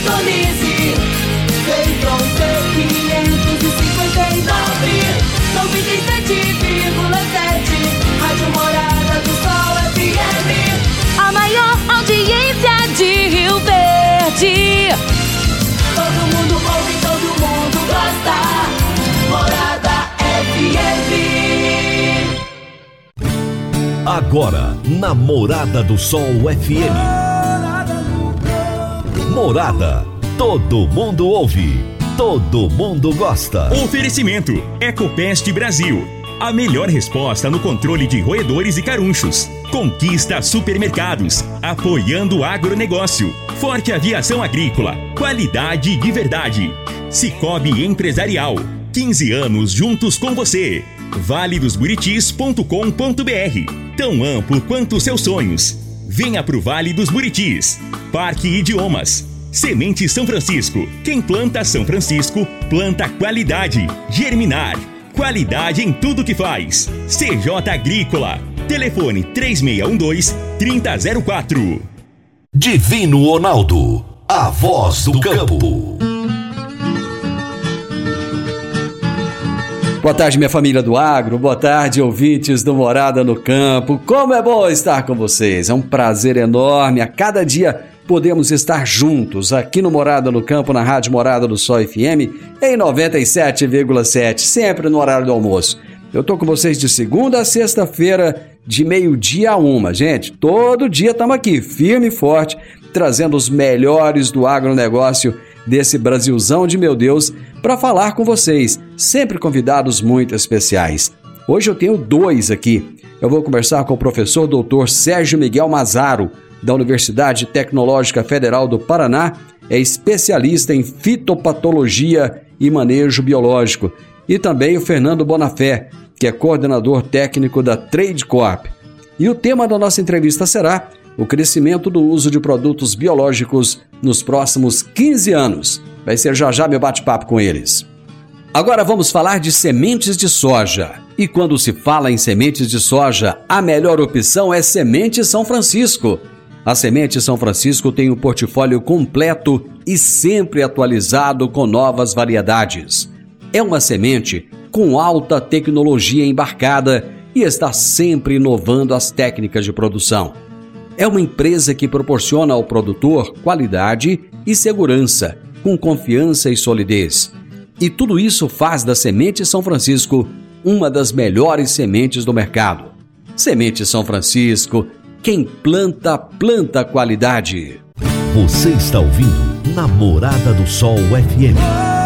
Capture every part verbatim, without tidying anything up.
sintonize. Centron T quinhentos e cinquenta e nove, noventa e sete vírgula sete, Rádio Morada do Sol F M. A maior audiência de Rio Verde. Todo mundo ouve, todo mundo gosta. Morada F M. Agora, na Morada do Sol F M. Morada. Todo mundo ouve. Todo mundo gosta. Oferecimento Ecopest Brasil. A melhor resposta no controle de roedores e carunchos. Conquista Supermercados. Apoiando o agronegócio. Forte Aviação Agrícola. Qualidade de verdade. Cicobi Empresarial. quinze anos juntos com você. vale dos buritis ponto com ponto b r. Tão amplo quanto seus sonhos. Venha pro Vale dos Buritis. Parque Idiomas. Semente São Francisco. Quem planta São Francisco, planta qualidade. Germinar. Qualidade em tudo que faz. C J Agrícola. Telefone três seis um dois, três zero zero quatro. Divino Ronaldo, a voz do campo. Boa tarde, minha família do agro. Boa tarde, ouvintes do Morada no Campo. Como é bom estar com vocês. É um prazer enorme. A cada dia podemos estar juntos aqui no Morada no Campo, na Rádio Morada do Sol F M, em noventa e sete vírgula sete, sempre no horário do almoço. Eu tô com vocês de segunda a sexta-feira, de meio-dia a uma. Gente, todo dia estamos aqui, firme e forte, trazendo os melhores do agronegócio desse Brasilzão de meu Deus, para falar com vocês, sempre convidados muito especiais. Hoje eu tenho dois aqui. Eu vou conversar com o professor doutor Sérgio Miguel Mazaro, da Universidade Tecnológica Federal do Paraná, é especialista em fitopatologia e manejo biológico, e também o Fernando Bonafé, que é coordenador técnico da Trade Corp. E o tema da nossa entrevista será o crescimento do uso de produtos biológicos nos próximos quinze anos. Vai ser já já meu bate-papo com eles. Agora vamos falar de sementes de soja. E quando se fala em sementes de soja, a melhor opção é Semente São Francisco. A Semente São Francisco tem um portfólio completo e sempre atualizado com novas variedades. É uma semente com alta tecnologia embarcada e está sempre inovando as técnicas de produção. É uma empresa que proporciona ao produtor qualidade e segurança, com confiança e solidez. E tudo isso faz da Semente São Francisco uma das melhores sementes do mercado. Semente São Francisco, quem planta, planta qualidade. Você está ouvindo Namorada do Sol F M.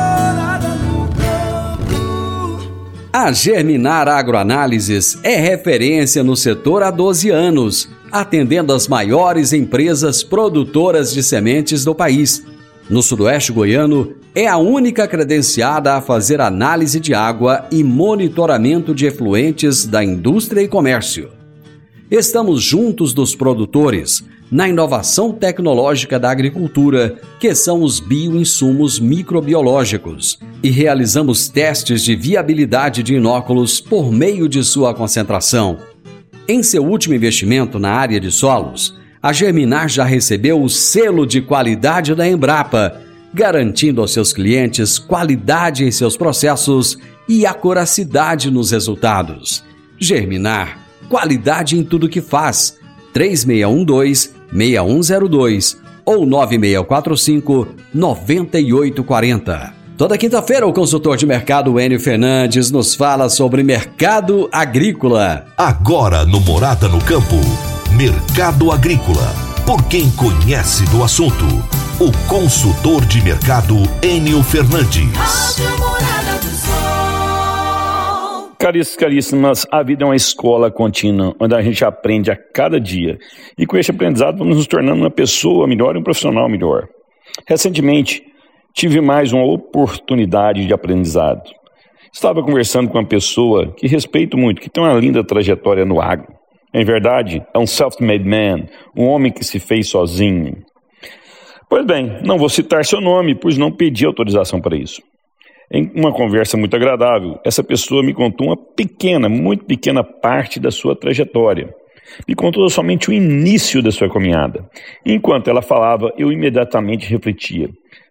A Germinar Agroanálises é referência no setor há doze anos, atendendo as maiores empresas produtoras de sementes do país. No sudoeste goiano, é a única credenciada a fazer análise de água e monitoramento de efluentes da indústria e comércio. Estamos juntos dos produtores na inovação tecnológica da agricultura, que são os bioinsumos microbiológicos, e realizamos testes de viabilidade de inóculos por meio de sua concentração. Em seu último investimento na área de solos, a Germinar já recebeu o selo de qualidade da Embrapa, garantindo aos seus clientes qualidade em seus processos e acuracidade nos resultados. Germinar, qualidade em tudo que faz. três seis um dois, seis um zero dois ou nove seis quatro cinco, nove oito quatro zero. Toda quinta-feira, o consultor de mercado Enio Fernandes nos fala sobre mercado agrícola. Agora no Morada no Campo, Mercado Agrícola. Por quem conhece do assunto, o consultor de mercado Enio Fernandes. Rádio Morada do Sol. Caríssimos, caríssimas, a vida é uma escola contínua, onde a gente aprende a cada dia. E com este aprendizado vamos nos tornando uma pessoa melhor e um profissional melhor. Recentemente, tive mais uma oportunidade de aprendizado. Estava conversando com uma pessoa que respeito muito, que tem uma linda trajetória no agro. Em verdade, é um self-made man, um homem que se fez sozinho. Pois bem, não vou citar seu nome, pois não pedi autorização para isso. Em uma conversa muito agradável, essa pessoa me contou uma pequena, muito pequena parte da sua trajetória. Me contou somente o início da sua caminhada. Enquanto ela falava, eu imediatamente refletia.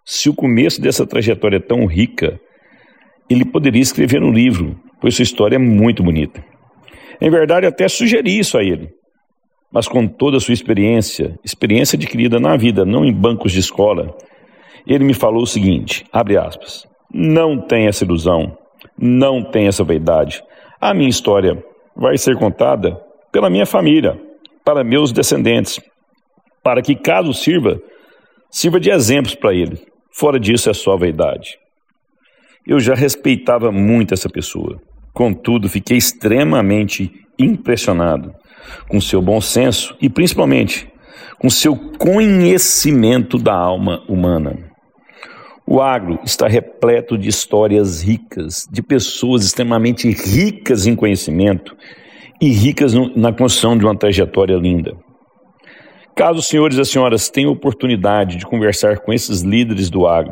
se o começo dessa trajetória é tão rica, ele poderia escrever um livro, pois sua história é muito bonita. Em verdade, até sugeri isso a ele, mas com toda a sua experiência, experiência adquirida na vida, não em bancos de escola, ele me falou o seguinte, abre aspas, não tenha essa ilusão, não tenha essa vaidade. A minha história vai ser contada pela minha família, para meus descendentes, para que, caso sirva, sirva de exemplos para ele. Fora disso é só vaidade. Eu já respeitava muito essa pessoa. Contudo, fiquei extremamente impressionado com seu bom senso e, principalmente, com seu conhecimento da alma humana. O agro está repleto de histórias ricas, de pessoas extremamente ricas em conhecimento e ricas no, na construção de uma trajetória linda. Caso os senhores e as senhoras tenham oportunidade de conversar com esses líderes do agro,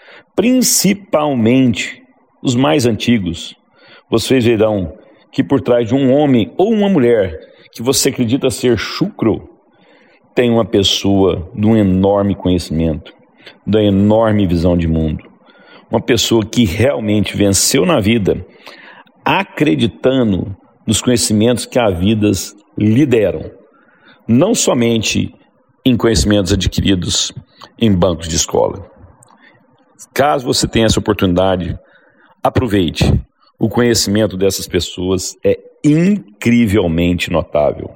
principalmente os mais antigos, vocês verão que por trás de um homem ou uma mulher que você acredita ser chucro, tem uma pessoa de um enorme conhecimento, da enorme visão de mundo. Uma pessoa que realmente venceu na vida, acreditando nos conhecimentos que a vida lhe deram. Não somente em conhecimentos adquiridos em bancos de escola. Caso você tenha essa oportunidade, aproveite. O conhecimento dessas pessoas é incrivelmente notável.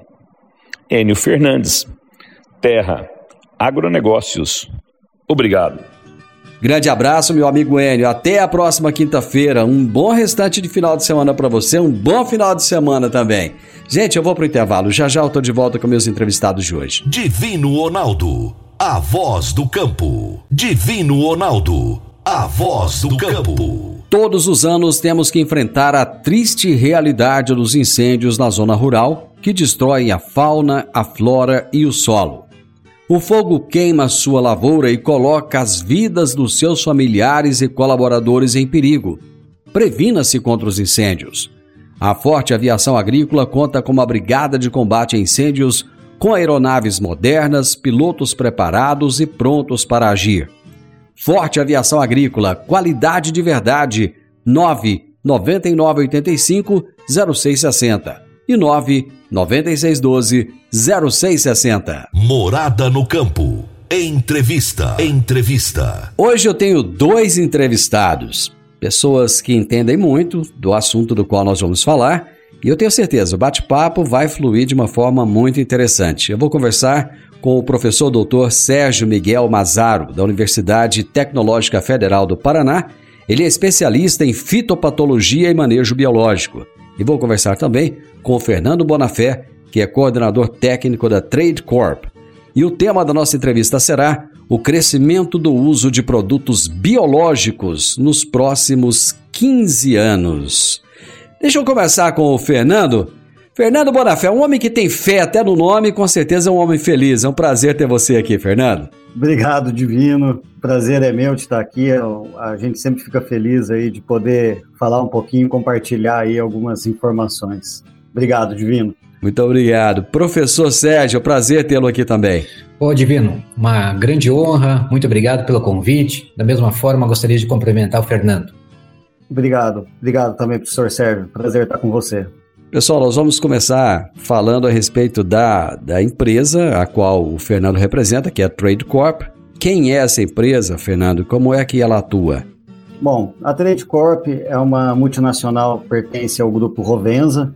Enio Fernandes, Terra Agronegócios. Obrigado. Grande abraço, meu amigo Enio. Até a próxima quinta-feira. Um bom restante de final de semana para você. Um bom final de semana também. Gente, eu vou pro intervalo. Já já eu tô de volta com meus entrevistados de hoje. Divino Ronaldo, a voz do campo. Divino Ronaldo, a voz do campo. Todos os anos temos que enfrentar a triste realidade dos incêndios na zona rural, que destroem a fauna, a flora e o solo. O fogo queima sua lavoura e coloca as vidas dos seus familiares e colaboradores em perigo. Previna-se contra os incêndios. A Forte Aviação Agrícola conta com uma brigada de combate a incêndios com aeronaves modernas, pilotos preparados e prontos para agir. Forte Aviação Agrícola, qualidade de verdade, nove nove nove oito cinco zero seis seis zero e nove nove seis um dois zero seis seis zero. Morada no Campo. Entrevista. Entrevista. Hoje eu tenho dois entrevistados, pessoas que entendem muito do assunto do qual nós vamos falar, e eu tenho certeza, o bate-papo vai fluir de uma forma muito interessante. Eu vou conversar com o professor doutor Sérgio Miguel Mazaro, da Universidade Tecnológica Federal do Paraná. Ele é especialista em fitopatologia e manejo biológico. E vou conversar também com o Fernando Bonafé, que é coordenador técnico da Trade Corp. E o tema da nossa entrevista será o crescimento do uso de produtos biológicos nos próximos quinze anos. Deixa eu começar com o Fernando. Fernando Bonafé, um homem que tem fé até no nome, com certeza é um homem feliz. É um prazer ter você aqui, Fernando. Obrigado, Divino. Prazer é meu de estar aqui. A gente sempre fica feliz aí de poder falar um pouquinho, compartilhar aí algumas informações. Obrigado, Divino. Muito obrigado. Professor Sérgio, prazer tê-lo aqui também. Ô, Divino, uma grande honra. Muito obrigado pelo convite. Da mesma forma, gostaria de cumprimentar o Fernando. Obrigado. Obrigado também, professor Sérgio. Prazer estar com você. Pessoal, nós vamos começar falando a respeito da, da empresa a qual o Fernando representa, que é a Trade Corp. Quem é essa empresa, Fernando? Como é que ela atua? Bom, a Trade Corp é uma multinacional que pertence ao grupo Rovensa,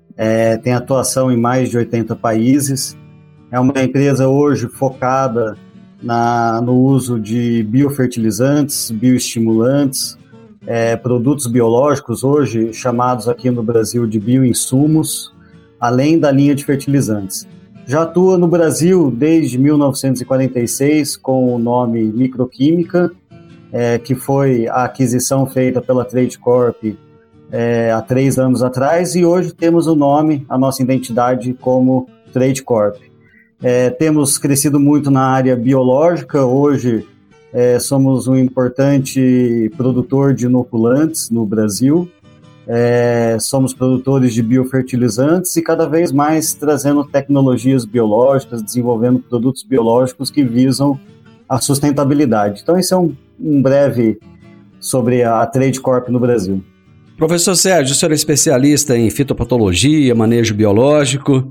é, tem atuação em mais de oitenta países, é uma empresa hoje focada na, no uso de biofertilizantes, bioestimulantes, É, produtos biológicos, hoje chamados aqui no Brasil de bioinsumos, além da linha de fertilizantes. Já atua no Brasil desde mil novecentos e quarenta e seis com o nome Microquímica, é, que foi a aquisição feita pela Trade Corp é, há três anos atrás, e hoje temos o nome, a nossa identidade como Trade Corp. É, temos crescido muito na área biológica, hoje É, somos um importante produtor de inoculantes no Brasil, é, somos produtores de biofertilizantes e cada vez mais trazendo tecnologias biológicas, desenvolvendo produtos biológicos que visam a sustentabilidade. Então esse é um em breve sobre a Trade Corp no Brasil. Professor Sérgio, o senhor é especialista em fitopatologia, manejo biológico,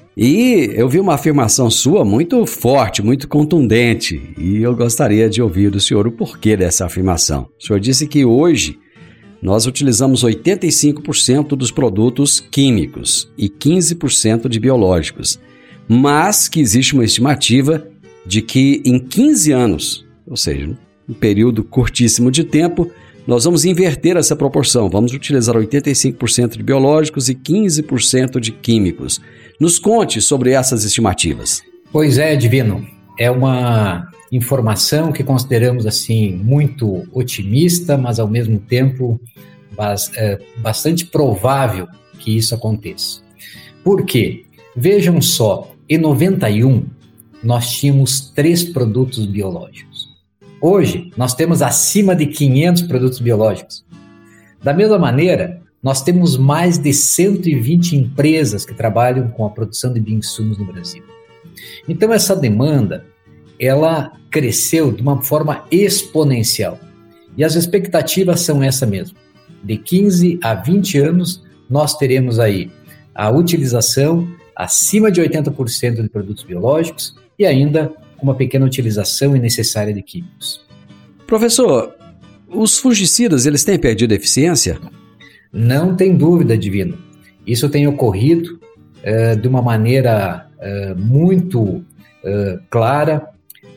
e eu vi uma afirmação sua muito forte, muito contundente, e eu gostaria de ouvir do senhor o porquê dessa afirmação. O senhor disse que hoje nós utilizamos oitenta e cinco por cento dos produtos químicos e quinze por cento de biológicos, mas que existe uma estimativa de que em quinze anos, ou seja, um período curtíssimo de tempo, nós vamos inverter essa proporção, vamos utilizar oitenta e cinco por cento de biológicos e quinze por cento de químicos. Nos conte sobre essas estimativas. Pois é, Divino, é uma informação que consideramos assim muito otimista, mas ao mesmo tempo é, bastante provável que isso aconteça. Por quê? Vejam só, em noventa e um nós tínhamos três produtos biológicos. Hoje nós temos acima de quinhentos produtos biológicos. Da mesma maneira, nós temos mais de cento e vinte empresas que trabalham com a produção de bioinsumos no Brasil. Então essa demanda, ela cresceu de uma forma exponencial. E as expectativas são essa mesmo. De quinze a vinte anos, nós teremos aí a utilização acima de oitenta por cento de produtos biológicos e ainda uma pequena utilização innecessária de químicos. Professor, os fungicidas, eles têm perdido eficiência? Não tem dúvida, Divino. Isso tem ocorrido uh, de uma maneira uh, muito uh, clara.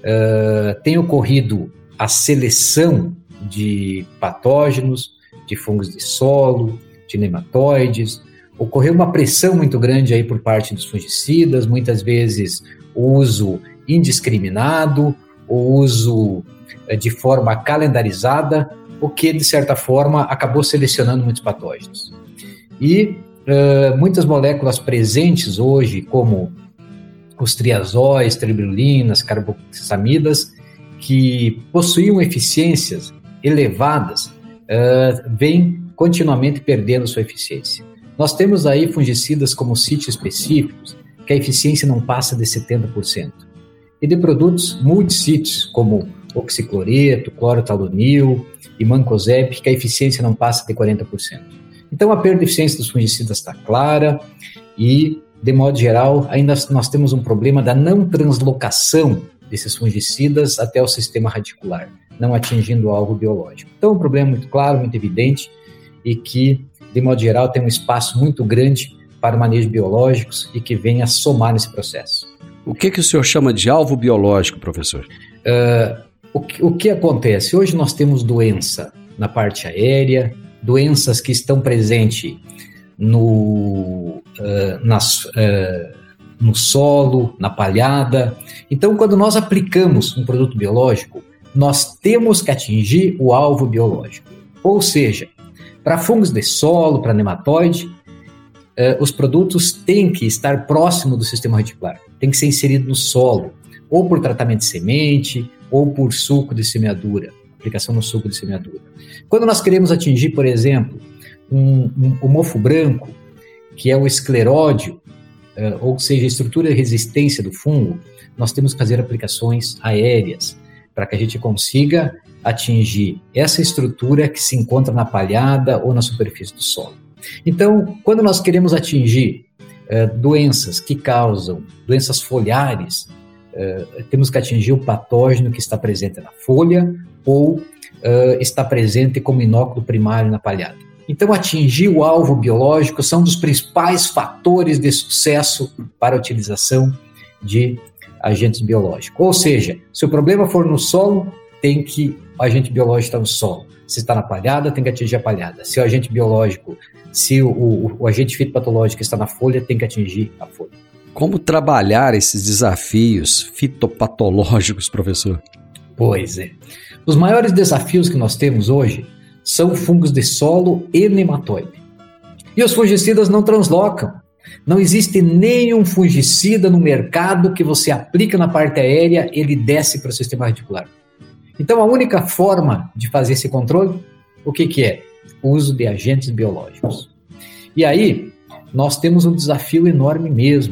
Uh, tem ocorrido a seleção de patógenos, de fungos de solo, de nematóides. Ocorreu uma pressão muito grande aí por parte dos fungicidas, muitas vezes o uso indiscriminado, o uso uh, de forma calendarizada, o que, de certa forma, acabou selecionando muitos patógenos. E uh, muitas moléculas presentes hoje, como os triazóis, tribrilulinas, carboxamidas, que possuíam eficiências elevadas, uh, vêm continuamente perdendo sua eficiência. Nós temos aí fungicidas como sítios específicos, que a eficiência não passa de setenta por cento. E de produtos multissítios, como oxicloreto, clorotalonil e mancozeb, que a eficiência não passa de quarenta por cento. Então a perda de eficiência dos fungicidas está clara e, de modo geral, ainda nós temos um problema da não translocação desses fungicidas até o sistema radicular, não atingindo o alvo biológico. Então é um problema muito claro, muito evidente e que, de modo geral, tem um espaço muito grande para o manejo biológicos e que vem a somar nesse processo. O que, que o senhor chama de alvo biológico, professor? Uh, o, que, o que acontece? Hoje nós temos doença na parte aérea, doenças que estão presentes no, uh, nas, uh, no solo, na palhada. Então, quando nós aplicamos um produto biológico, nós temos que atingir o alvo biológico. Ou seja, para fungos de solo, para nematóide, Uh, os produtos têm que estar próximo do sistema radicular, tem que ser inserido no solo, ou por tratamento de semente, ou por suco de semeadura, aplicação no suco de semeadura. Quando nós queremos atingir, por exemplo, um, um, um mofo branco, que é o escleródio, uh, ou seja, a estrutura e resistência do fungo, nós temos que fazer aplicações aéreas, para que a gente consiga atingir essa estrutura que se encontra na palhada ou na superfície do solo. Então, quando nós queremos atingir uh, doenças que causam doenças foliares, uh, temos que atingir o patógeno que está presente na folha ou uh, está presente como inóculo primário na palhada. Então, atingir o alvo biológico são um dos principais fatores de sucesso para a utilização de agentes biológicos. Ou seja, se o problema for no solo, tem que o agente biológico estar no solo. Se está na palhada, tem que atingir a palhada. Se o agente biológico, se o, o, o agente fitopatológico está na folha, tem que atingir a folha. Como trabalhar esses desafios fitopatológicos, professor? Pois é. Os maiores desafios que nós temos hoje são fungos de solo e nematóide. E os fungicidas não translocam. Não existe nenhum fungicida no mercado que você aplica na parte aérea, ele desce para o sistema radicular. Então, a única forma de fazer esse controle, o que, que é? O uso de agentes biológicos. E aí, nós temos um desafio enorme mesmo,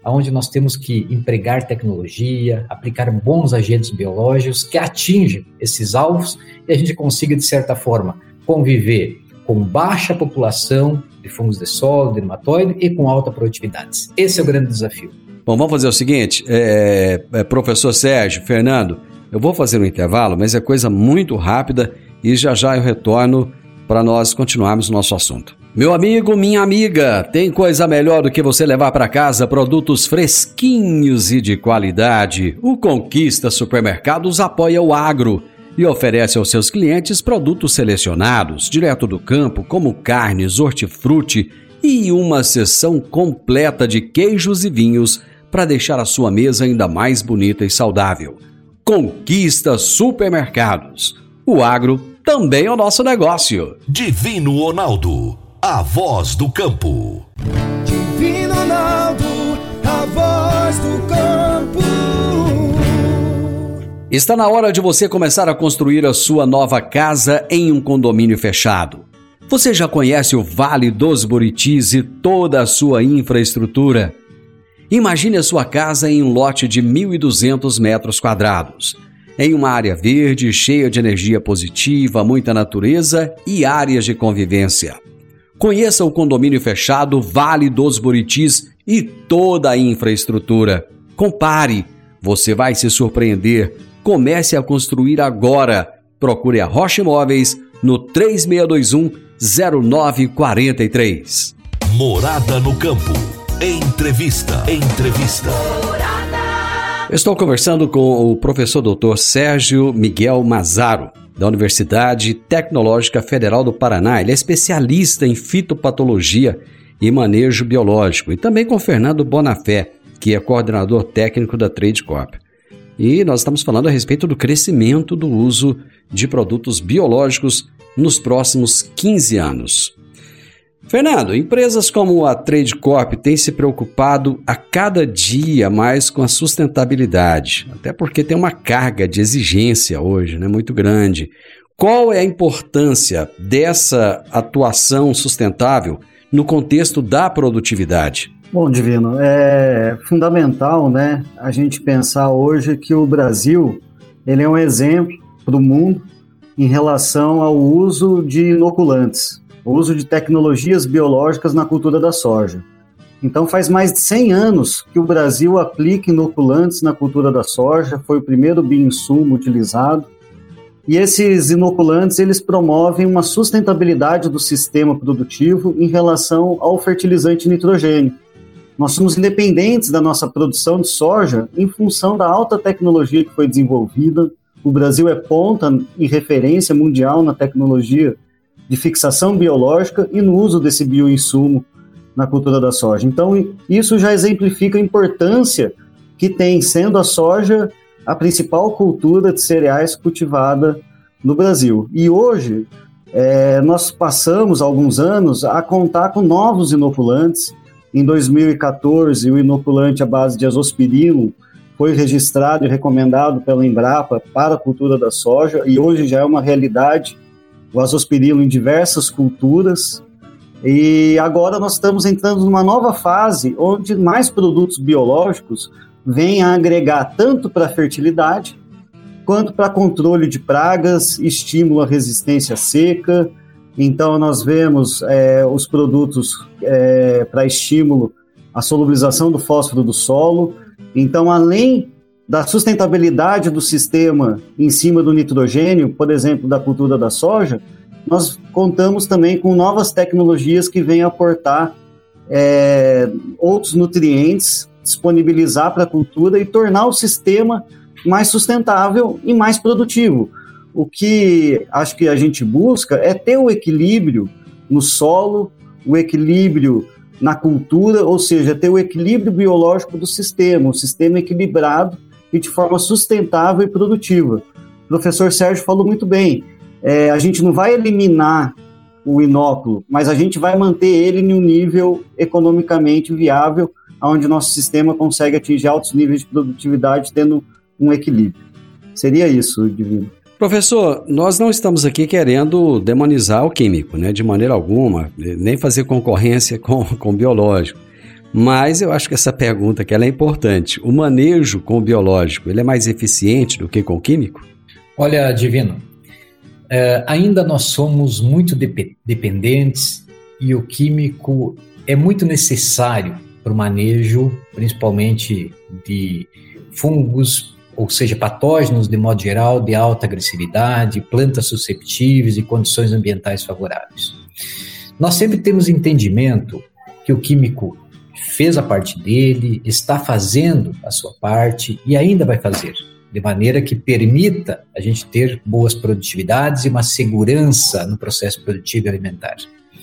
onde nós temos que empregar tecnologia, aplicar bons agentes biológicos que atingem esses alvos e a gente consiga, de certa forma, conviver com baixa população de fungos de solo, de nematóide e com alta produtividade. Esse é o grande desafio. Bom, vamos fazer o seguinte, é, é, professor Sérgio, Fernando, eu vou fazer um intervalo, mas é coisa muito rápida e já já eu retorno para nós continuarmos o nosso assunto. Meu amigo, minha amiga, tem coisa melhor do que você levar para casa produtos fresquinhos e de qualidade. O Conquista Supermercados apoia o agro e oferece aos seus clientes produtos selecionados, direto do campo, como carnes, hortifruti e uma seção completa de queijos e vinhos para deixar a sua mesa ainda mais bonita e saudável. Conquista Supermercados. O agro também é o nosso negócio. Divino Ronaldo, a voz do campo. Divino Ronaldo, a voz do campo. Está na hora de você começar a construir a sua nova casa em um condomínio fechado. Você já conhece o Vale dos Buritis e toda a sua infraestrutura? Imagine a sua casa em um lote de mil e duzentos metros quadrados, em uma área verde, cheia de energia positiva, muita natureza e áreas de convivência. Conheça o condomínio fechado Vale dos Buritis e toda a infraestrutura. Compare, você vai se surpreender. Comece a construir agora. Procure a Rocha Imóveis no três seis dois um, zero nove quatro três. Morada no Campo. Entrevista. Entrevista. Estou conversando com o professor doutor Sérgio Miguel Mazaro, da Universidade Tecnológica Federal do Paraná. Ele é especialista em fitopatologia e manejo biológico. E também com Fernando Bonafé, que é coordenador técnico da Trade Corp. E nós estamos falando a respeito do crescimento do uso de produtos biológicos nos próximos quinze anos. Fernando, empresas como a Trade Corp têm se preocupado a cada dia mais com a sustentabilidade, até porque tem uma carga de exigência hoje, né, muito grande. Qual é a importância dessa atuação sustentável no contexto da produtividade? Bom, Divino, é fundamental, né, a gente pensar hoje que o Brasil ele é um exemplo para o mundo em relação ao uso de inoculantes, o uso de tecnologias biológicas na cultura da soja. Então, faz mais de cem anos que o Brasil aplica inoculantes na cultura da soja, foi o primeiro bioinsumo utilizado, e esses inoculantes eles promovem uma sustentabilidade do sistema produtivo em relação ao fertilizante nitrogênio. Nós somos independentes da nossa produção de soja em função da alta tecnologia que foi desenvolvida. O Brasil é ponta e referência mundial na tecnologia de fixação biológica e no uso desse bioinsumo na cultura da soja. Então, isso já exemplifica a importância que tem, sendo a soja a principal cultura de cereais cultivada no Brasil. E hoje, é, nós passamos alguns anos a contar com novos inoculantes. Em dois mil e quatorze, o inoculante à base de azospirilo foi registrado e recomendado pela Embrapa para a cultura da soja e hoje já é uma realidade o azospirilo em diversas culturas. E agora nós estamos entrando numa nova fase onde mais produtos biológicos vêm a agregar tanto para a fertilidade quanto para controle de pragas, estímulo à resistência seca. Então, nós vemos é, os produtos é, para estímulo à solubilização do fósforo do solo. Então, além da sustentabilidade do sistema em cima do nitrogênio, por exemplo, da cultura da soja, nós contamos também com novas tecnologias que vêm aportar é, outros nutrientes, disponibilizar para a cultura e tornar o sistema mais sustentável e mais produtivo. O que acho que a gente busca é ter o equilíbrio no solo, o equilíbrio na cultura, ou seja, ter o equilíbrio biológico do sistema, um sistema equilibrado e de forma sustentável e produtiva. O professor Sérgio falou muito bem, é, a gente não vai eliminar o inóculo, mas a gente vai manter ele em um nível economicamente viável, onde nosso sistema consegue atingir altos níveis de produtividade, tendo um equilíbrio. Seria isso, Divino. Professor, nós não estamos aqui querendo demonizar o químico, né, de maneira alguma, nem fazer concorrência com, com o biológico. Mas eu acho que essa pergunta que ela é importante. O manejo com o biológico, ele é mais eficiente do que com o químico? Olha, Divino, é, ainda nós somos muito dep- dependentes e o químico é muito necessário para o manejo, principalmente de fungos, ou seja, patógenos de modo geral, de alta agressividade, plantas susceptíveis e condições ambientais favoráveis. Nós sempre temos entendimento que o químico fez a parte dele, está fazendo a sua parte e ainda vai fazer, de maneira que permita a gente ter boas produtividades e uma segurança no processo produtivo e alimentar.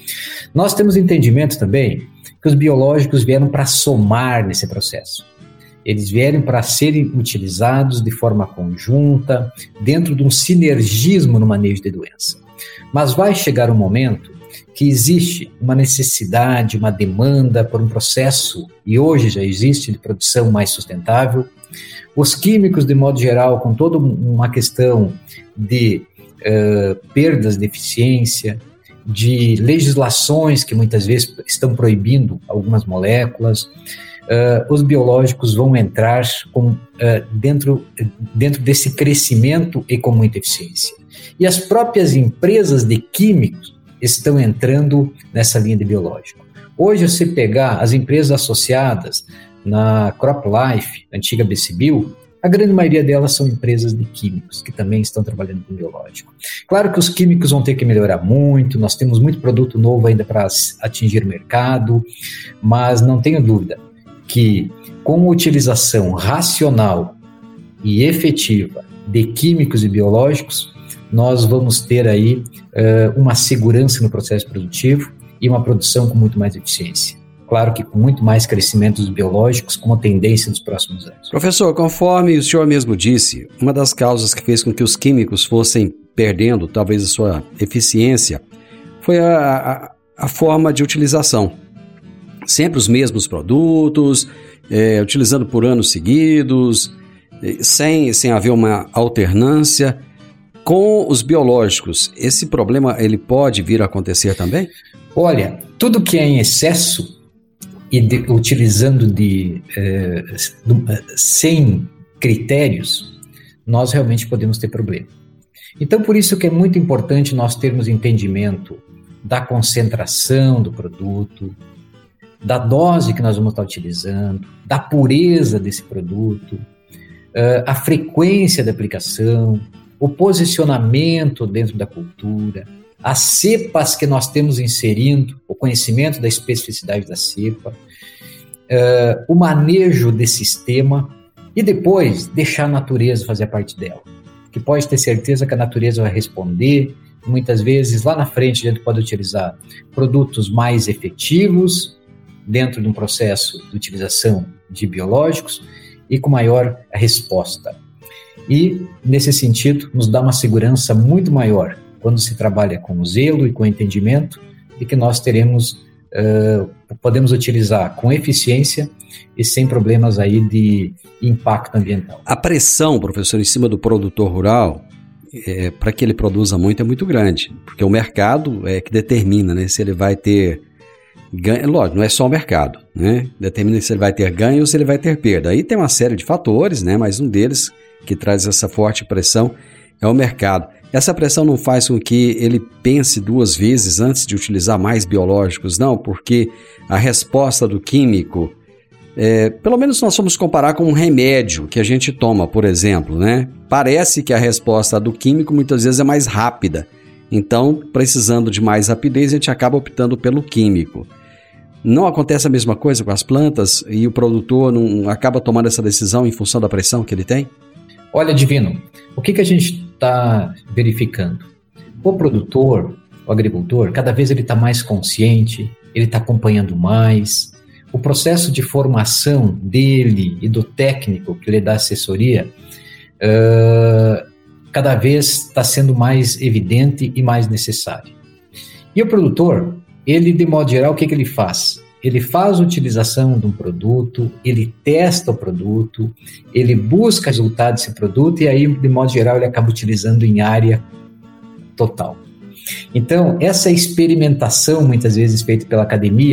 Nós temos entendimento também que os biológicos vieram para somar nesse processo. Eles vieram para serem utilizados de forma conjunta, dentro de um sinergismo no manejo de doença. Mas vai chegar um momento que existe uma necessidade, uma demanda por um processo, e hoje já existe, de produção mais sustentável. Os químicos, de modo geral, com toda uma questão de uh, perdas de eficiência, de legislações que muitas vezes estão proibindo algumas moléculas, uh, os biológicos vão entrar com, uh, dentro, dentro desse crescimento e com muita eficiência. E as próprias empresas de químicos estão entrando nessa linha de biológico. Hoje, se pegar as empresas associadas na CropLife, antiga B C Bio, a grande maioria delas são empresas de químicos, que também estão trabalhando com biológico. Claro que os químicos vão ter que melhorar muito, nós temos muito produto novo ainda para atingir o mercado, mas não tenho dúvida que com a utilização racional e efetiva de químicos e biológicos, nós vamos ter aí uh, uma segurança no processo produtivo e uma produção com muito mais eficiência. Claro que com muito mais crescimento dos biológicos, como tendência dos próximos anos. Professor, conforme o senhor mesmo disse, uma das causas que fez com que os químicos fossem perdendo talvez a sua eficiência foi a, a, a forma de utilização. Sempre os mesmos produtos, é, utilizando por anos seguidos, sem, sem haver uma alternância. Com os biológicos, esse problema ele pode vir a acontecer também? Olha, tudo que é em excesso e de, utilizando de, eh, de, sem critérios, nós realmente podemos ter problema. Então, por isso que é muito importante nós termos entendimento da concentração do produto, da dose que nós vamos estar utilizando, da pureza desse produto, uh, a frequência da aplicação, o posicionamento dentro da cultura, as cepas que nós temos inserindo, o conhecimento da especificidade da cepa, uh, o manejo desse sistema e depois deixar a natureza fazer a parte dela. Que pode ter certeza que a natureza vai responder. Muitas vezes, lá na frente, a gente pode utilizar produtos mais efetivos dentro de um processo de utilização de biológicos e com maior resposta. E, nesse sentido, nos dá uma segurança muito maior quando se trabalha com zelo e com entendimento de que nós teremos, uh, podemos utilizar com eficiência e sem problemas aí de impacto ambiental. A pressão, professor, em cima do produtor rural, é, para que ele produza muito, é muito grande, porque o mercado é que determina, né, se ele vai ter ganho. Lógico, não é só o mercado, né? Determina se ele vai ter ganho ou se ele vai ter perda. Aí tem uma série de fatores, né? Mas um deles que traz essa forte pressão é o mercado. Essa pressão não faz com que ele pense duas vezes antes de utilizar mais biológicos, não, porque a resposta do químico, é, pelo menos nós vamos comparar com um remédio que a gente toma, por exemplo, né? Parece que a resposta do químico muitas vezes é mais rápida. Então, precisando de mais rapidez, a gente acaba optando pelo químico. Não acontece a mesma coisa com as plantas e o produtor não acaba tomando essa decisão em função da pressão que ele tem? Olha, Divino, o que, que a gente está verificando? O produtor, o agricultor, cada vez ele está mais consciente, ele está acompanhando mais. O processo de formação dele e do técnico que lhe dá assessoria, uh, cada vez está sendo mais evidente e mais necessário. E o produtor, ele, de modo geral, o que, que ele faz? Ele faz a utilização de um produto, ele testa o produto, ele busca resultado desse produto e aí, de modo geral, ele acaba utilizando em área total. Então, essa experimentação, muitas vezes feita pela academia,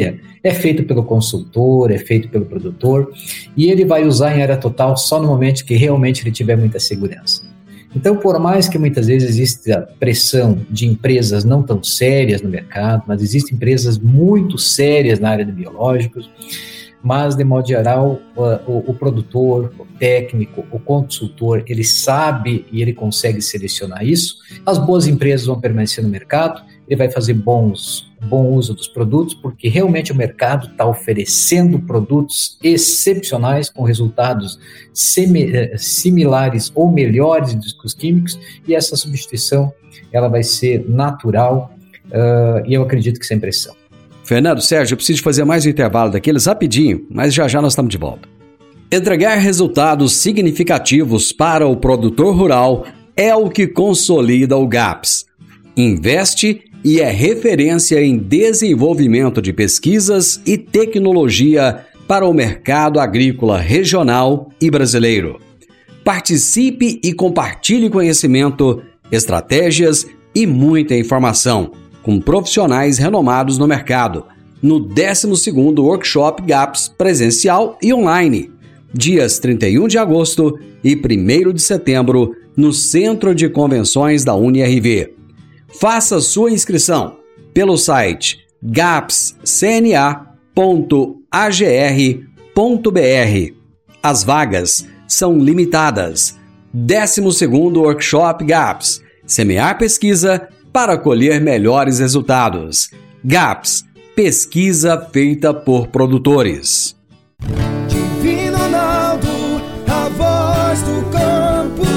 É feito pelo consultor, é feito pelo produtor, e ele vai usar em área total só no momento que realmente ele tiver muita segurança. Então, por mais que muitas vezes exista pressão de empresas não tão sérias no mercado, mas existem empresas muito sérias na área de biológicos, mas, de modo geral, o, o, o produtor, o técnico, o consultor, ele sabe e ele consegue selecionar isso. As boas empresas vão permanecer no mercado, ele vai fazer bons, bom uso dos produtos, porque realmente o mercado está oferecendo produtos excepcionais, com resultados semi, similares ou melhores dos químicos, e essa substituição ela vai ser natural, uh, e eu acredito que sem pressão. Fernando, Sérgio, eu preciso fazer mais um intervalo daqueles rapidinho, mas já já nós estamos de volta. Entregar resultados significativos para o produtor rural é o que consolida o GAPS. Investe e é referência em desenvolvimento de pesquisas e tecnologia para o mercado agrícola regional e brasileiro. Participe e compartilhe conhecimento, estratégias e muita informação com profissionais renomados no mercado, no décimo segundo Workshop GAPS presencial e online, dias trinta e um de agosto e primeiro de setembro, no Centro de Convenções da U N I R V. Faça sua inscrição pelo site gaps c n a ponto a g r ponto b r. As vagas são limitadas. décimo segundo Workshop GAPS. Semear pesquisa para colher melhores resultados. GAPS, pesquisa feita por produtores. Divino Ronaldo, a voz do campo.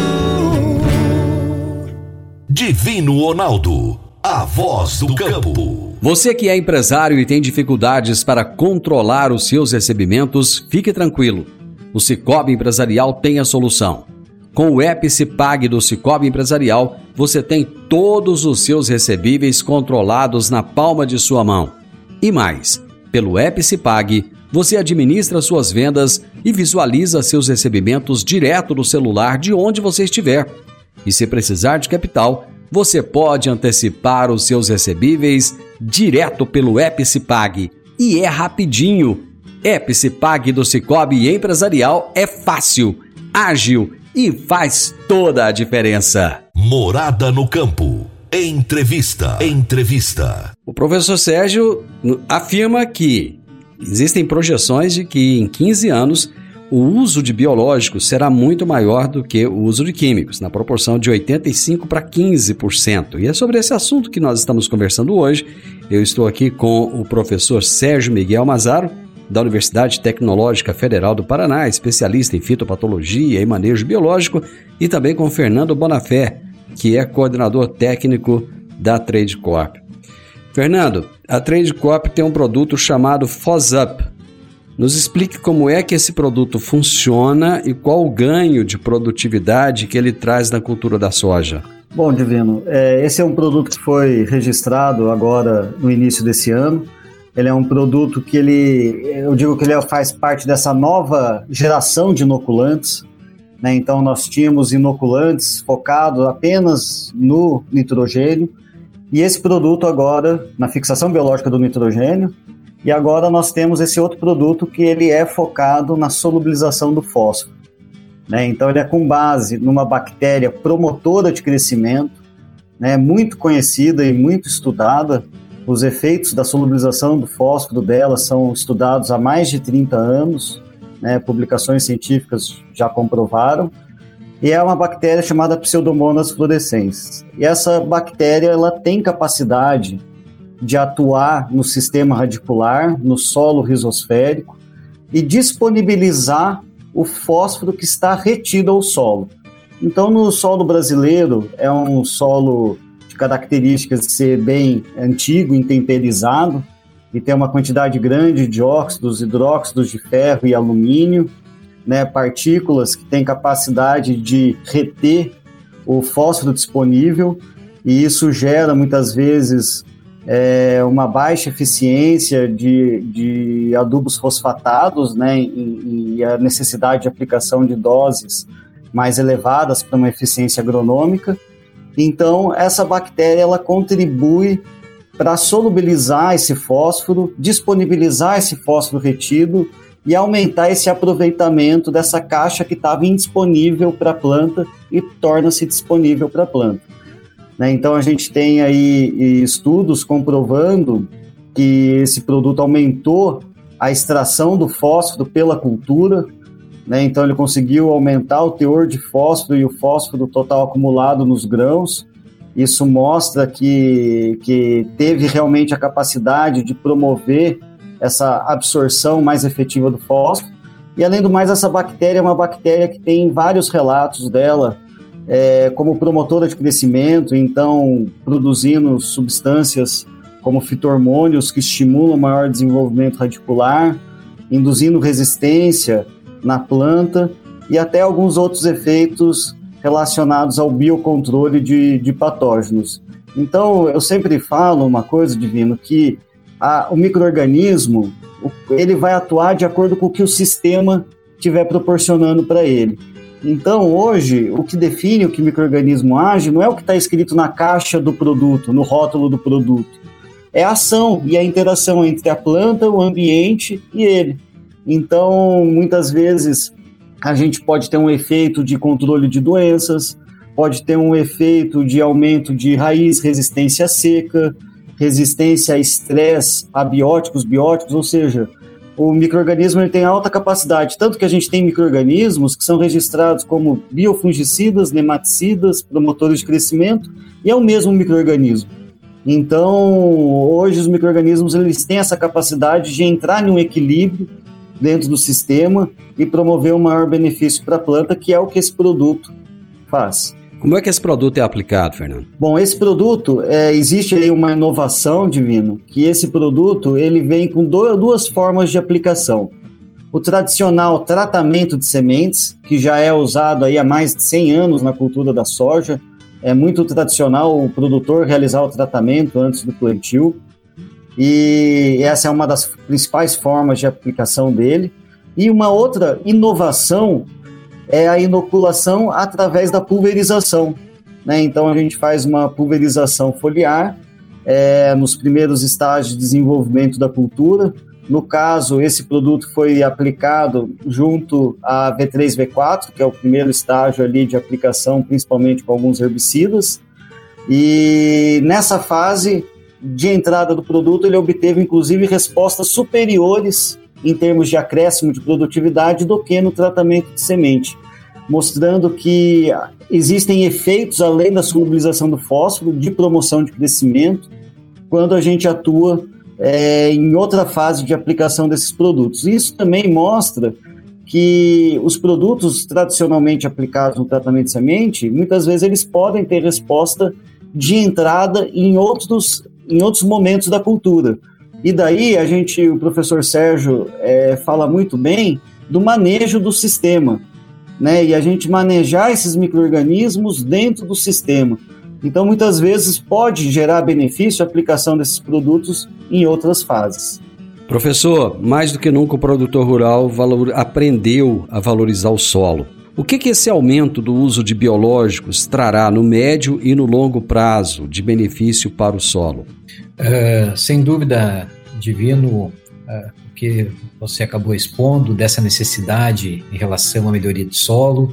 Divino Ronaldo, a voz do campo. Você que é empresário e tem dificuldades para controlar os seus recebimentos, fique tranquilo. O Cicobi Empresarial tem a solução. Com o EpiCipag do Cicobi Empresarial, você tem todos os seus recebíveis controlados na palma de sua mão. E mais, pelo EpiCipag, você administra suas vendas e visualiza seus recebimentos direto do celular de onde você estiver. E se precisar de capital, você pode antecipar os seus recebíveis direto pelo EpiCipag. E é rapidinho. EpiCipag do Cicobi Empresarial é fácil, ágil e faz toda a diferença. Morada no Campo. Entrevista. Entrevista. O professor Sérgio afirma que existem projeções de que em quinze anos o uso de biológicos será muito maior do que o uso de químicos, na proporção de oitenta e cinco por cento para quinze por cento. E é sobre esse assunto que nós estamos conversando hoje. Eu estou aqui com o professor Sérgio Miguel Mazaro, da Universidade Tecnológica Federal do Paraná, especialista em fitopatologia e manejo biológico, e também com Fernando Bonafé, que é coordenador técnico da Trade Corp. Fernando, a Trade Corp tem um produto chamado FOSUP. Nos explique como é que esse produto funciona e qual o ganho de produtividade que ele traz na cultura da soja. Bom, Divino, é, esse é um produto que foi registrado agora no início desse ano. Ele é um produto que ele, eu digo que ele faz parte dessa nova geração de inoculantes, né? Então nós tínhamos inoculantes focados apenas no nitrogênio, e esse produto agora, na fixação biológica do nitrogênio, e agora nós temos esse outro produto que ele é focado na solubilização do fósforo, né? Então ele é com base numa bactéria promotora de crescimento, né? Muito conhecida e muito estudada. Os efeitos da solubilização do fósforo dela são estudados há mais de trinta anos, né? Publicações científicas já comprovaram, e é uma bactéria chamada Pseudomonas fluorescens. E essa bactéria ela tem capacidade de atuar no sistema radicular, no solo rizosférico, e disponibilizar o fósforo que está retido ao solo. Então, no solo brasileiro, é um solo de características de ser bem antigo, intemperizado, e tem uma quantidade grande de óxidos, hidróxidos de ferro e alumínio, né, partículas que têm capacidade de reter o fósforo disponível, e isso gera muitas vezes é, uma baixa eficiência de, de adubos fosfatados, né, e, e a necessidade de aplicação de doses mais elevadas para uma eficiência agronômica. Então, essa bactéria ela contribui para solubilizar esse fósforo, disponibilizar esse fósforo retido e aumentar esse aproveitamento dessa caixa que estava indisponível para a planta e torna-se disponível para a planta. Né? Então a gente tem aí estudos comprovando que esse produto aumentou a extração do fósforo pela cultura, né? Então ele conseguiu aumentar o teor de fósforo e o fósforo total acumulado nos grãos. Isso mostra que, que teve realmente a capacidade de promover essa absorção mais efetiva do fósforo. E, além do mais, essa bactéria é uma bactéria que tem vários relatos dela é, como promotora de crescimento, então produzindo substâncias como fitohormônios que estimulam o maior desenvolvimento radicular, induzindo resistência na planta e até alguns outros efeitos relacionados ao biocontrole de, de patógenos. Então, eu sempre falo uma coisa, Divino, que a, o micro-organismo, ele vai atuar de acordo com o que o sistema estiver proporcionando para ele. Então, hoje, o que define o que o micro-organismo age não é o que está escrito na caixa do produto, no rótulo do produto. É a ação e a interação entre a planta, o ambiente e ele. Então, muitas vezes, a gente pode ter um efeito de controle de doenças, pode ter um efeito de aumento de raiz, resistência seca, resistência a estresse, abióticos, bióticos, ou seja, o micro-organismo ele tem alta capacidade, tanto que a gente tem micro-organismos que são registrados como biofungicidas, nematicidas, promotores de crescimento, e é o mesmo micro-organismo. Então, hoje os micro-organismos eles têm essa capacidade de entrar em um equilíbrio dentro do sistema e promover um maior benefício para a planta, que é o que esse produto faz. Como é que esse produto é aplicado, Fernando? Bom, esse produto, é, existe aí uma inovação, Divino, que esse produto ele vem com do, duas formas de aplicação. O tradicional tratamento de sementes, que já é usado aí há mais de cem anos na cultura da soja. É muito tradicional o produtor realizar o tratamento antes do plantio. E essa é uma das principais formas de aplicação dele. E uma outra inovação é a inoculação através da pulverização, né? Então a gente faz uma pulverização foliar é, nos primeiros estágios de desenvolvimento da cultura. No caso, esse produto foi aplicado junto à V três V quatro, que é o primeiro estágio ali de aplicação, principalmente com alguns herbicidas. E nessa fase de entrada do produto, ele obteve inclusive respostas superiores em termos de acréscimo de produtividade do que no tratamento de semente, mostrando que existem efeitos além da solubilização do fósforo, de promoção de crescimento, quando a gente atua é, em outra fase de aplicação desses produtos. Isso também mostra que os produtos tradicionalmente aplicados no tratamento de semente, muitas vezes eles podem ter resposta de entrada em outros, em outros momentos da cultura. E daí a gente, o professor Sérgio é, fala muito bem do manejo do sistema, né? E a gente manejar esses micro-organismos dentro do sistema. Então, muitas vezes pode gerar benefício a aplicação desses produtos em outras fases. Professor, mais do que nunca o produtor rural valor, aprendeu a valorizar o solo. O que, que esse aumento do uso de biológicos trará no médio e no longo prazo de benefício para o solo? Uh, sem dúvida, Divino, uh, o que você acabou expondo dessa necessidade em relação à melhoria de solo.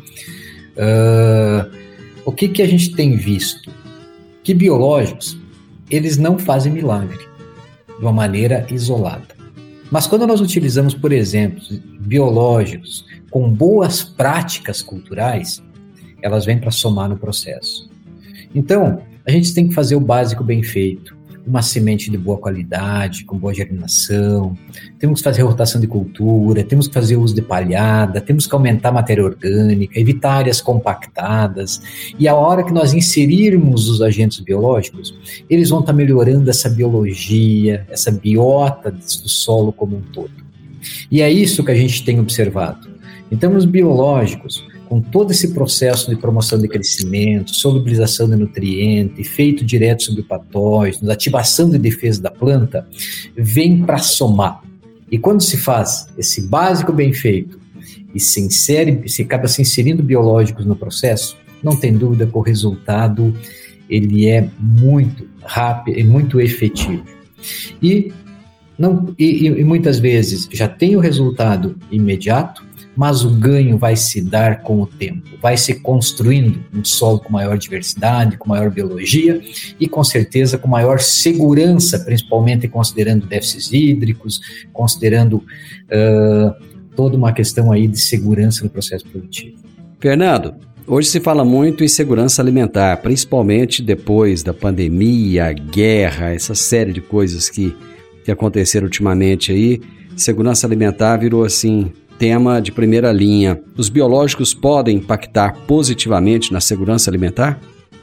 Uh, o que, que a gente tem visto? Que biológicos, eles não fazem milagre de uma maneira isolada. Mas quando nós utilizamos, por exemplo, biológicos com boas práticas culturais, elas vêm para somar no processo. Então, a gente tem que fazer o básico bem feito. Uma semente de boa qualidade, com boa germinação, temos que fazer rotação de cultura, temos que fazer uso de palhada, temos que aumentar a matéria orgânica, evitar áreas compactadas, e a hora que nós inserirmos os agentes biológicos, eles vão estar melhorando essa biologia, essa biota do solo como um todo. E é isso que a gente tem observado. Então, os biológicos, com todo esse processo de promoção de crescimento, solubilização de nutriente, efeito direto sobre patógenos, ativação de defesa da planta, vem para somar. E quando se faz esse básico bem feito e se insere, se acaba se inserindo biológicos no processo, não tem dúvida que o resultado ele é muito rápido, é muito efetivo. E, não, e, e muitas vezes já tem o resultado imediato, mas o ganho vai se dar com o tempo, vai se construindo um solo com maior diversidade, com maior biologia e com certeza com maior segurança, principalmente considerando déficits hídricos, considerando uh, toda uma questão aí de segurança no processo produtivo. Fernando, hoje se fala muito em segurança alimentar, principalmente depois da pandemia, guerra, essa série de coisas que, que aconteceram ultimamente aí. Segurança alimentar virou assim tema de primeira linha. Os biológicos podem impactar positivamente na segurança alimentar?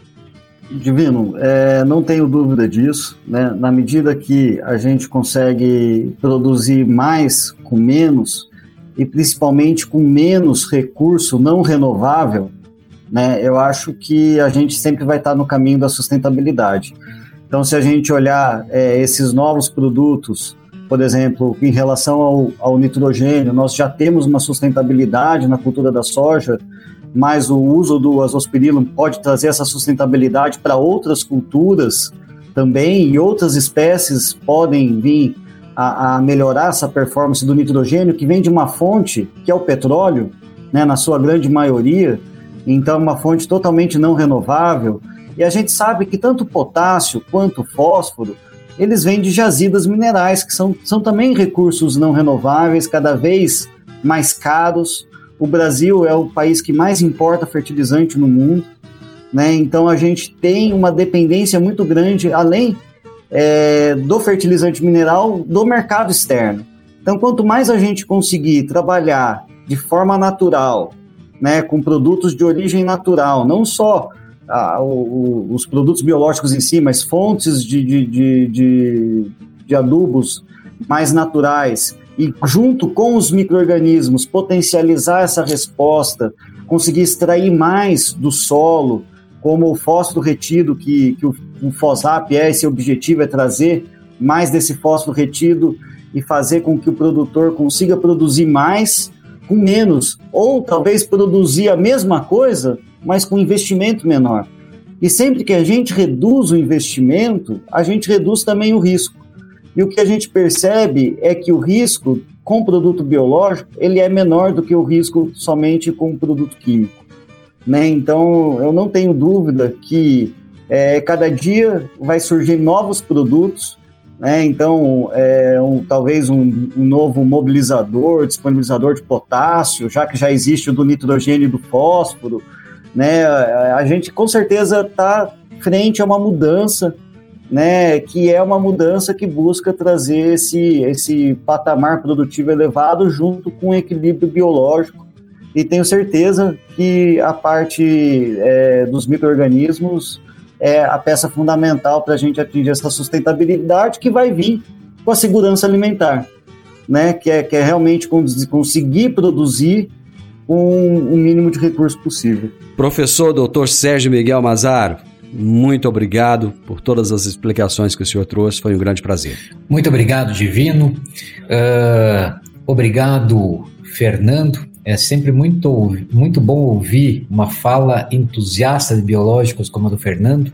Divino, é, não tenho dúvida disso, né? Na medida que a gente consegue produzir mais com menos, e principalmente com menos recurso não renovável, né, eu acho que a gente sempre vai estar no caminho da sustentabilidade. Então, se a gente olhar é, esses novos produtos, por exemplo, em relação ao, ao nitrogênio, nós já temos uma sustentabilidade na cultura da soja, mas o uso do azospirilo pode trazer essa sustentabilidade para outras culturas também, e outras espécies podem vir a, a melhorar essa performance do nitrogênio, que vem de uma fonte, que é o petróleo, né, na sua grande maioria, então uma fonte totalmente não renovável, e a gente sabe que tanto o potássio quanto o fósforo, eles vêm de jazidas minerais, que são, são também recursos não renováveis, cada vez mais caros. O Brasil é o país que mais importa fertilizante no mundo, né? Então a gente tem uma dependência muito grande, além é, do fertilizante mineral, do mercado externo. Então, quanto mais a gente conseguir trabalhar de forma natural, né, com produtos de origem natural, não só Ah, o, o, os produtos biológicos em si, mas fontes de, de, de, de, de adubos mais naturais, e junto com os micro-organismos potencializar essa resposta, conseguir extrair mais do solo, como o fósforo retido, que, que o, o FOSAP é, esse objetivo é trazer mais desse fósforo retido e fazer com que o produtor consiga produzir mais com menos, ou talvez produzir a mesma coisa, mas com investimento menor. E sempre que a gente reduz o investimento, a gente reduz também o risco. E o que a gente percebe é que o risco com produto biológico, ele é menor do que o risco somente com produto químico, né? Então, eu não tenho dúvida que é, cada dia vai surgir novos produtos, né? Então, é, um, talvez um, um novo mobilizador, disponibilizador de potássio, já que já existe o do nitrogênio e do fósforo, né? A gente com certeza está frente a uma mudança, né? Que é uma mudança que busca trazer esse, esse patamar produtivo elevado junto com o equilíbrio biológico, e tenho certeza que a parte é, dos micro-organismos é a peça fundamental para a gente atingir essa sustentabilidade que vai vir com a segurança alimentar, né? Que é, que é realmente conseguir produzir com o mínimo de recurso possível. Professor doutor Sérgio Miguel Mazaro, muito obrigado por todas as explicações que o senhor trouxe, foi um grande prazer. Muito obrigado, Divino. Uh, obrigado, Fernando. É sempre muito, muito bom ouvir uma fala entusiasta de biológicos como a do Fernando.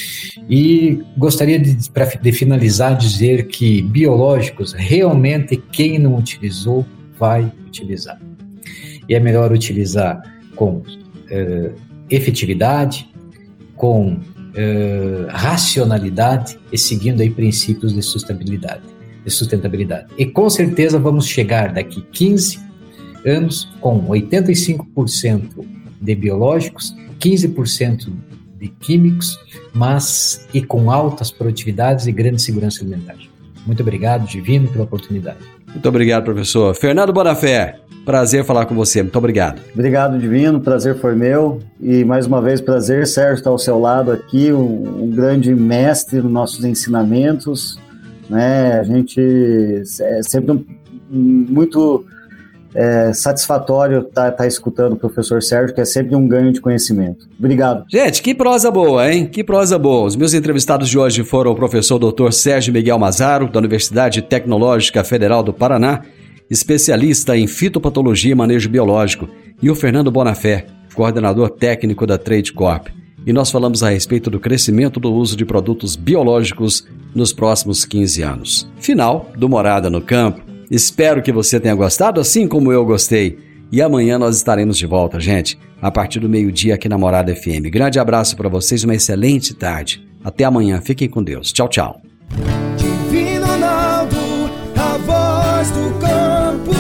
E gostaria de, para de finalizar, dizer que biológicos, realmente quem não utilizou, vai utilizar. E é melhor utilizar com uh, efetividade, com uh, racionalidade e seguindo aí princípios de sustentabilidade, de sustentabilidade. E com certeza vamos chegar daqui quinze anos com oitenta e cinco por cento de biológicos, quinze por cento de químicos, mas e com altas produtividades e grande segurança alimentar. Muito obrigado, Divino, pela oportunidade. Muito obrigado, professor. Fernando Bonafé, prazer falar com você. Muito obrigado. Obrigado, Divino. Prazer foi meu. E mais uma vez, prazer, Sérgio, estar ao seu lado aqui, um, um grande mestre nos nossos ensinamentos, né? A gente é sempre um, muito é, satisfatório estar tá, tá escutando o professor Sérgio, que é sempre um ganho de conhecimento. Obrigado. Gente, que prosa boa, hein? Que prosa boa. Os meus entrevistados de hoje foram o professor doutor Sérgio Miguel Mazaro, da Universidade Tecnológica Federal do Paraná, especialista em fitopatologia e manejo biológico, e o Fernando Bonafé, coordenador técnico da Trade Corp. E nós falamos a respeito do crescimento do uso de produtos biológicos nos próximos quinze anos. Final do Morada no Campo. Espero que você tenha gostado, assim como eu gostei. E amanhã nós estaremos de volta, gente, a partir do meio-dia aqui na Morada F M. Grande abraço para vocês, uma excelente tarde. Até amanhã, fiquem com Deus. Tchau, tchau. Divino Ronaldo, a voz do campo.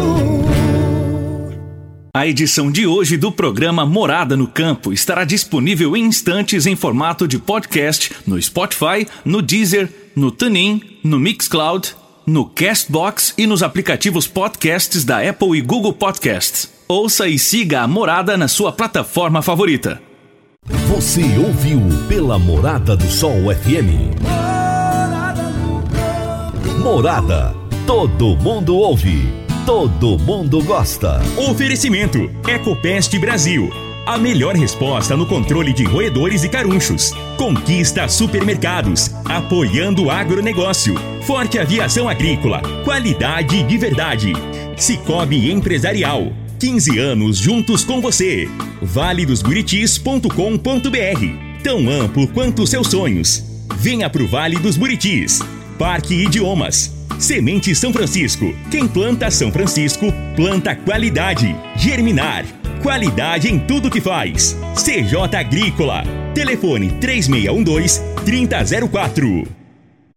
A edição de hoje do programa Morada no Campo estará disponível em instantes em formato de podcast no Spotify, no Deezer, no TuneIn, no Mixcloud, no Castbox e nos aplicativos podcasts da Apple e Google Podcasts. Ouça e siga a Morada na sua plataforma favorita. Você ouviu pela Morada do Sol F M. Morada. Todo mundo ouve. Todo mundo gosta. Oferecimento Ecopest Brasil. A melhor resposta no controle de roedores e carunchos. Conquista Supermercados. Apoiando o agronegócio. Forte Aviação Agrícola. Qualidade de verdade. Cicobi Empresarial. quinze anos juntos com você. vale dos buritis ponto com ponto b r. Tão amplo quanto seus sonhos. Venha pro Vale dos Buritis. Parque Idiomas. Semente São Francisco. Quem planta São Francisco, planta qualidade. Germinar. Qualidade em tudo que faz. C J Agrícola. Telefone três seis um dois, três zero zero quatro.